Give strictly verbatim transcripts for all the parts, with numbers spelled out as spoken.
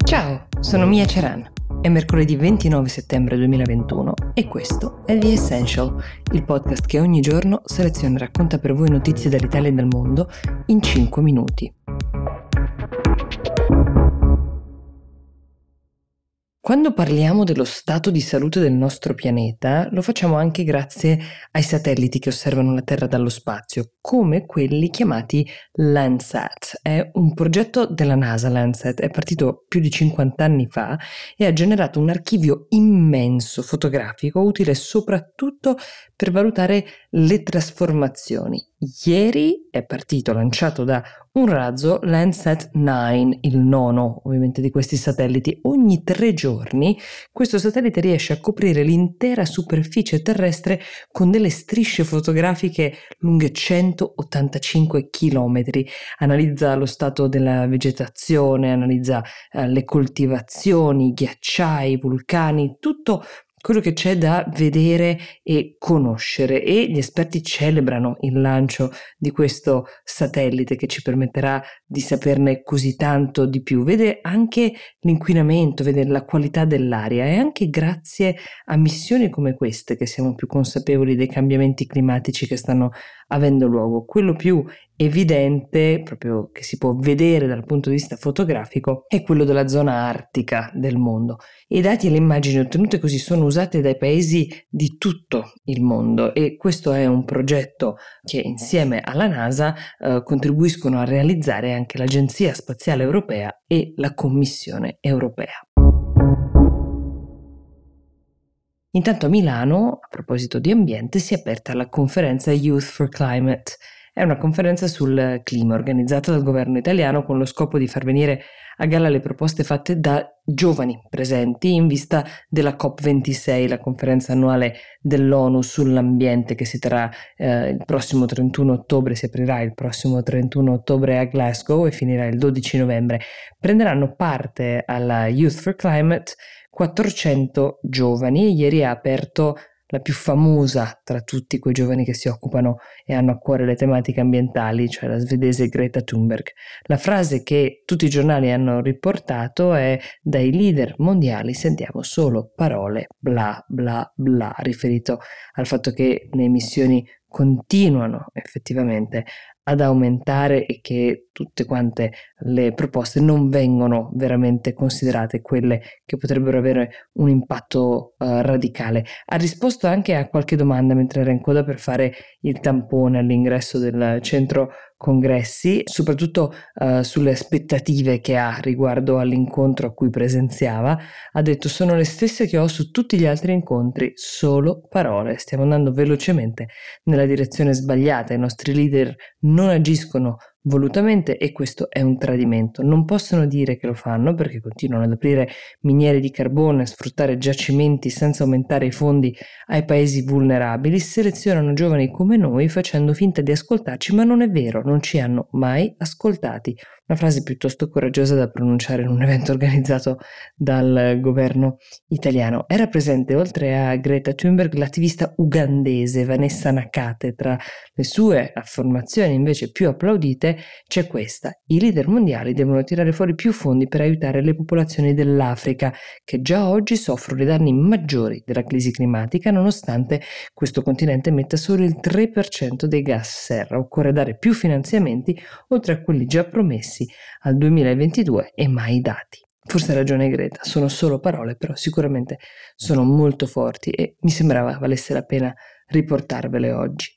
Ciao, sono Mia Ceran. È mercoledì ventinove settembre duemilaventuno e questo è The Essential, il podcast che ogni giorno seleziona e racconta per voi notizie dall'Italia e dal mondo in cinque minuti. Quando parliamo dello stato di salute del nostro pianeta, lo facciamo anche grazie ai satelliti che osservano la Terra dallo spazio, come quelli chiamati Landsat. È un progetto della NASA. Landsat è partito più di cinquanta anni fa e ha generato un archivio immenso fotografico utile soprattutto per valutare le trasformazioni. Ieri è partito, lanciato da un razzo Landsat nove, il nono ovviamente di questi satelliti. Ogni tre giorni questo satellite riesce a coprire l'intera superficie terrestre con delle strisce fotografiche lunghe centottantacinque chilometri. Analizza lo stato della vegetazione, analizza eh, le coltivazioni, i ghiacciai, i vulcani, tutto quello che c'è da vedere e conoscere, e gli esperti celebrano il lancio di questo satellite che ci permetterà di saperne così tanto di più. Vede anche l'inquinamento, vede la qualità dell'aria, e anche grazie a missioni come queste che siamo più consapevoli dei cambiamenti climatici che stanno avendo luogo. Quello più evidente, proprio che si può vedere dal punto di vista fotografico, è quello della zona artica del mondo. I dati e le immagini ottenute così sono usate dai paesi di tutto il mondo, e questo è un progetto che insieme alla NASA eh, contribuiscono a realizzare anche l'Agenzia Spaziale Europea e la Commissione Europea. Intanto a Milano, a proposito di ambiente, si è aperta la conferenza Youth for Climate. È una conferenza sul clima organizzata dal governo italiano con lo scopo di far venire a galla le proposte fatte da giovani presenti in vista della COP ventisei, la conferenza annuale dell'ONU sull'ambiente che si terrà eh, il prossimo trentuno ottobre, si aprirà il prossimo trentuno ottobre a Glasgow e finirà il dodici novembre. Prenderanno parte alla Youth for Climate quattrocento giovani. Ieri ha aperto la più famosa tra tutti quei giovani che si occupano e hanno a cuore le tematiche ambientali, cioè la svedese Greta Thunberg. La frase che tutti i giornali hanno riportato è: dai leader mondiali sentiamo solo parole bla bla bla, riferito al fatto che le emissioni continuano effettivamente ad aumentare e che tutte quante le proposte non vengono veramente considerate quelle che potrebbero avere un impatto uh, radicale. Ha risposto anche a qualche domanda mentre era in coda per fare il tampone all'ingresso del centro congressi, soprattutto uh, sulle aspettative che ha riguardo all'incontro a cui presenziava. Ha detto: sono le stesse che ho su tutti gli altri incontri, solo parole, stiamo andando velocemente nella direzione sbagliata, i nostri leader non agiscono volutamente e questo è un tradimento. Non possono dire che lo fanno perché continuano ad aprire miniere di carbone, a sfruttare giacimenti senza aumentare i fondi ai paesi vulnerabili, selezionano giovani come noi facendo finta di ascoltarci, ma non è vero, non ci hanno mai ascoltati. Una frase piuttosto coraggiosa da pronunciare in un evento organizzato dal governo italiano. Era presente, oltre a Greta Thunberg, l'attivista ugandese Vanessa Nakate. Tra le sue affermazioni invece più applaudite c'è questa: i leader mondiali devono tirare fuori più fondi per aiutare le popolazioni dell'Africa, che già oggi soffrono i danni maggiori della crisi climatica, nonostante questo continente emetta solo il tre per cento dei gas serra. Occorre dare più finanziamenti, oltre a quelli già promessi al duemilaventidue, e mai dati. Forse ha ragione Greta, sono solo parole, però sicuramente sono molto forti e mi sembrava valesse la pena riportarvele oggi.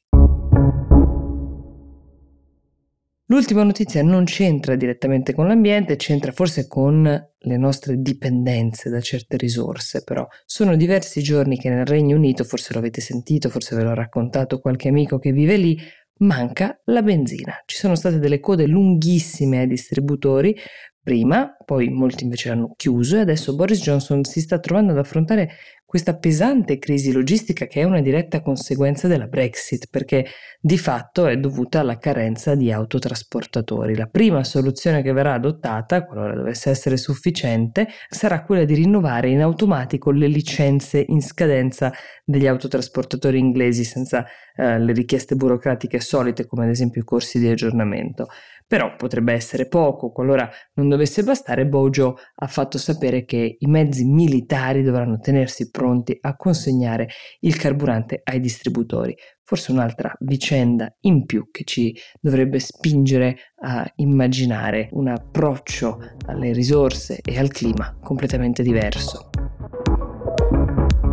L'ultima notizia non c'entra direttamente con l'ambiente, c'entra forse con le nostre dipendenze da certe risorse, però sono diversi giorni che nel Regno Unito, forse lo avete sentito, forse ve l'ho raccontato qualche amico che vive lì, manca la benzina. Ci sono state delle code lunghissime ai distributori prima, poi molti invece hanno chiuso, e adesso Boris Johnson si sta trovando ad affrontare questa pesante crisi logistica che è una diretta conseguenza della Brexit, perché di fatto è dovuta alla carenza di autotrasportatori. La prima soluzione che verrà adottata, qualora dovesse essere sufficiente, sarà quella di rinnovare in automatico le licenze in scadenza degli autotrasportatori inglesi senza eh, le richieste burocratiche solite, come ad esempio i corsi di aggiornamento. Però potrebbe essere poco. Qualora non dovesse bastare, Bojo ha fatto sapere che i mezzi militari dovranno tenersi pronti a consegnare il carburante ai distributori. Forse un'altra vicenda in più che ci dovrebbe spingere a immaginare un approccio alle risorse e al clima completamente diverso.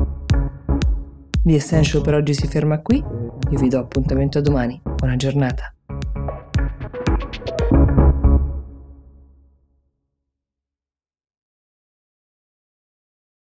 The Essential per oggi si ferma qui. Io vi do appuntamento a domani. Buona giornata.